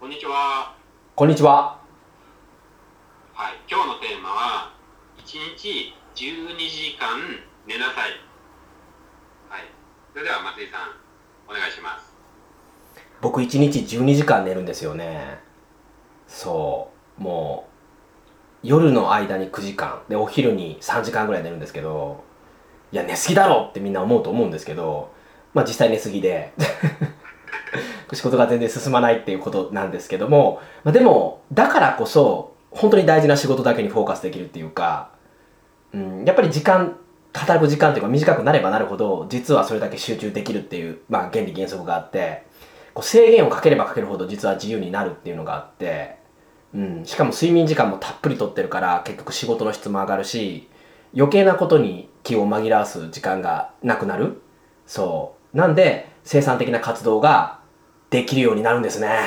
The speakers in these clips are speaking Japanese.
こんにちは。 こんにちは。 はい、今日のテーマは1日12時間寝なさい。はい、それでは松井さん、お願いします。 僕1日12時間寝るんですよね。そう。もう、夜の間に9時間。で、お昼に3時間ぐらい寝るんですけど、いや、寝すぎだろってみんな思うと思うんですけど、まあ実際寝すぎで、仕事が全然進まないっていうことなんですけども、まあ、でも、だからこそ、本当に大事な仕事だけにフォーカスできるっていうか、やっぱり働く時間っていうか短くなればなるほど、実はそれだけ集中できるっていう、まあ原理原則があって、こう制限をかければかけるほど実は自由になるっていうのがあって、しかも睡眠時間もたっぷりとってるから結局仕事の質も上がるし、余計なことに気を紛らわす時間がなくなる。そうなんで生産的な活動ができるようになるんですね。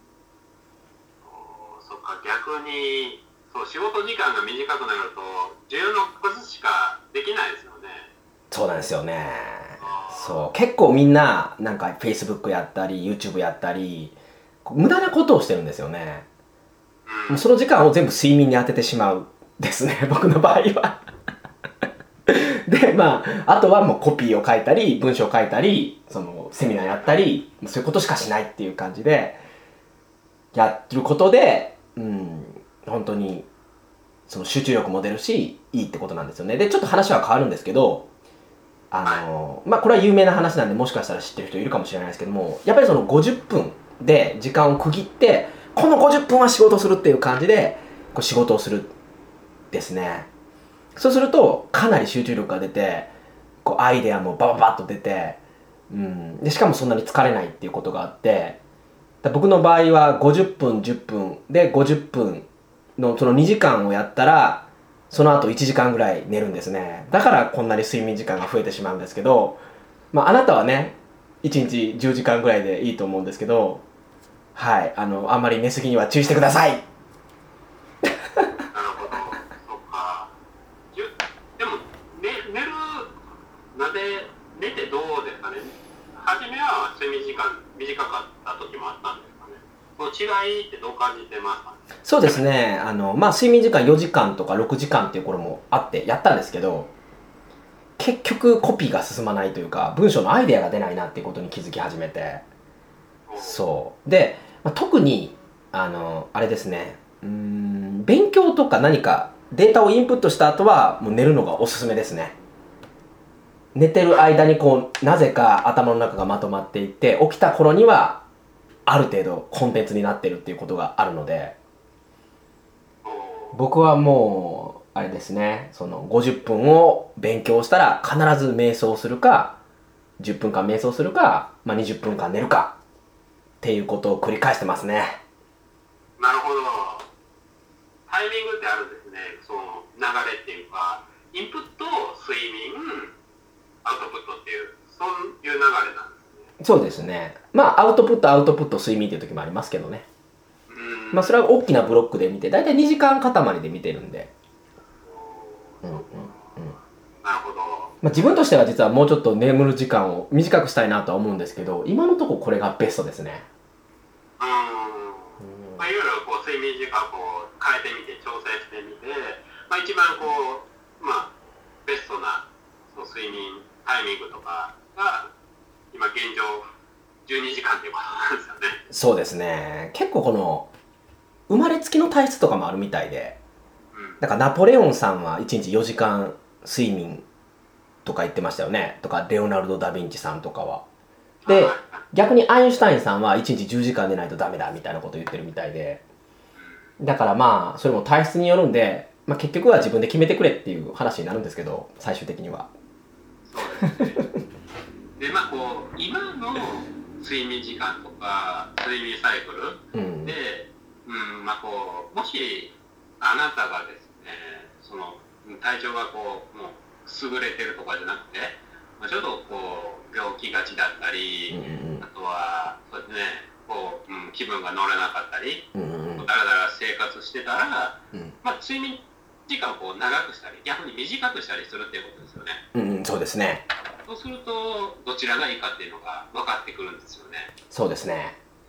そっか、逆にそう仕事時間が短くなると重要なことしかできないですよね。 そうなんですよね。そう結構みんななんか Facebook やったり YouTube やったり無駄なことをしてるんですよね。もうその時間を全部睡眠に当ててしまうですね僕の場合はでまああとはもうコピーを書いたり文章を書いたりそのセミナーやったりそういうことしかしないっていう感じでやってることで本当にその集中力も出るしいいってことなんですよね。でちょっと話は変わるんですけどまあこれは有名な話なんでもしかしたら知ってる人いるかもしれないですけども、やっぱりその50分で時間を区切ってこの50分は仕事するっていう感じでこう仕事をするですね。そうするとかなり集中力が出てこうアイデアもバババッと出て、でしかもそんなに疲れないっていうことがあって、僕の場合は50分10分で50分のその2時間をやったらその後1時間ぐらい寝るんですね。だからこんなに睡眠時間が増えてしまうんですけど、まああなたはね1日10時間ぐらいでいいと思うんですけど、はい、あんまり寝すぎには注意してください。 なるほど、そっか。でも、寝るなぜ寝てどうですかね。初めは睡眠時間短かった時もあったんですかね。その違いってどう感じてますかね。 そうですね、まあ睡眠時間4時間とか6時間っていう頃もあってやったんですけど、結局コピーが進まないというか文章のアイデアが出ないなっていうことに気づき始めて、そうで、まあ、特にあれですね、勉強とか何かデータをインプットした後はもう寝るのがおすすめですね。寝てる間にこうなぜか頭の中がまとまっていって起きた頃にはある程度コンテンツになってるっていうことがあるので、僕はもうあれですね、その50分を勉強したら必ず瞑想するか10分間瞑想するか、まあ、20分間寝るかっていうことを繰り返してますね。 なるほど。タイミングってあるんですね。その流れっていうか、インプット、睡眠、アウトプットっていう、そういう流れなんですね。 そうですね。まあアウトプット睡眠っていう時もありますけどね。まあそれは大きなブロックで見てだいたい2時間塊で見てるんで、 なるほど。 まあ、自分としては実はもうちょっと眠る時間を短くしたいなとは思うんですけど、今のところこれがベストですね。 まあ、いろいろこう睡眠時間をこう変えてみて調整してみて、まあ、一番こう、まあ、ベストなその睡眠タイミングとかが今現状12時間っていうことなんですよね。 そうですね。結構この生まれつきの体質とかもあるみたいで、だからナポレオンさんは1日4時間睡眠とか言ってましたよね。とかレオナルド・ダ・ヴィンチさんとかは。で、逆にアインシュタインさんは1日10時間寝ないとダメだみたいなことを言ってるみたいで、だからまあそれも体質によるんで、まあ、結局は自分で決めてくれっていう話になるんですけど、最終的には。 そうですね。でまあこう今の睡眠時間とか睡眠サイクルで、まあこうもしあなたがですねその体調がこうもう優れてるとかじゃなくて、まあ、ちょっとこう病気がちだったり、あとはそうですねこう、気分が乗れなかったり、だらだら生活してたら、まあ、睡眠時間をこう長くしたり逆に短くしたりするっていうことですよね。 そうですね。 そうするとどちらがいいかっていうのが分かってくるんですよね。 そうですね。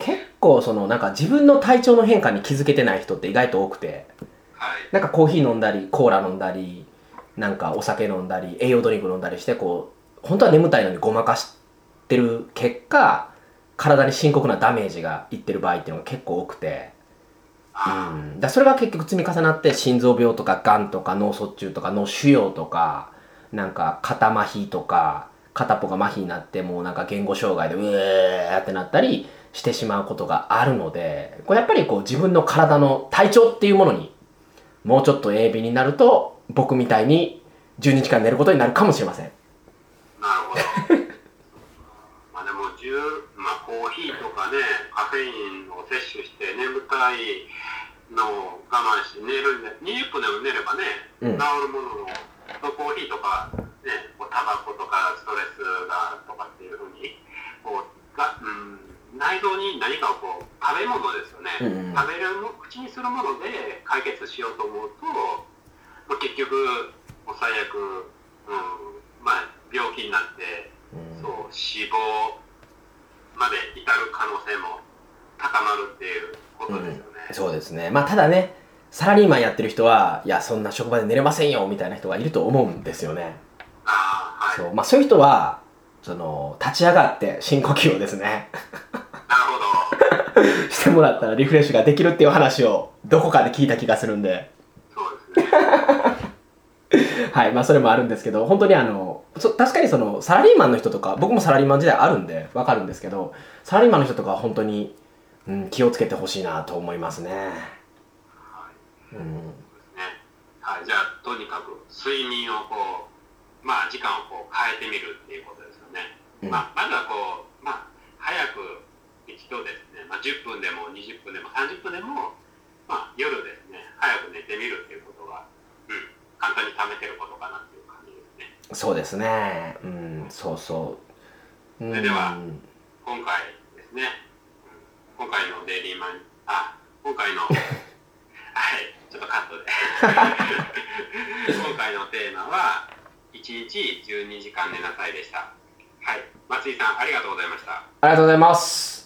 結構そのなんか自分の体調の変化に気づけてない人って意外と多くて、 はい、 なんかコーヒー飲んだりコーラ飲んだりなんかお酒飲んだり栄養ドリンク飲んだりしてこう本当は眠たいのにごまかしてる結果体に深刻なダメージがいってる場合っていうのが結構多くて、だそれが結局積み重なって心臓病とかがんとか脳卒中とか脳腫瘍とかなんか肩麻痺とか片っぽが麻痺になってもうなんか言語障害でうーってなったりしてしまうことがあるので、これやっぱりこう自分の体の体調っていうものにもうちょっと鋭敏になると僕みたいに12時間寝ることになるかもしれません。 なるほどまあでもコーヒーとかねカフェインを摂取して眠たいのを我慢して寝るんで20分でも寝ればね、治るもののコーヒーとかねタバコとかストレスがとかっていうふうにこう内臓に何かをこう食べ物ですよね、食べる口にするもので解決しようと思うと、結局最悪、病気になって、そう死亡まで至る可能性も高まるっていうことですよね、 そうですね。ただねサラリーマンやってる人はいやそんな職場で寝れませんよみたいな人がいると思うんですよね。 はい、 そういう人はその立ち上がって深呼吸をですねなるほどしてもらったらリフレッシュができるっていう話をどこかで聞いた気がするんでそうですねはい、それもあるんですけど本当に確かにそのサラリーマンの人とか僕もサラリーマン時代あるんで分かるんですけどサラリーマンの人とかは本当に、気をつけてほしいなと思いますね。 そうですね。はい、じゃあとにかく睡眠をこう時間をこう変えてみるっていうことですよね。まずはこう早く一度ですね、10分でも20分でも30分でも夜ですね早く寝てみるっていうことが、簡単に貯めてることかなっていう感じですね。 そうですね。そうそう。 それでは今回ですね、今回のデイリーマン今回のはいちょっとカットで今回のテーマは1日12時間寝なさいでした。はい、松井さんありがとうございました。 ありがとうございます。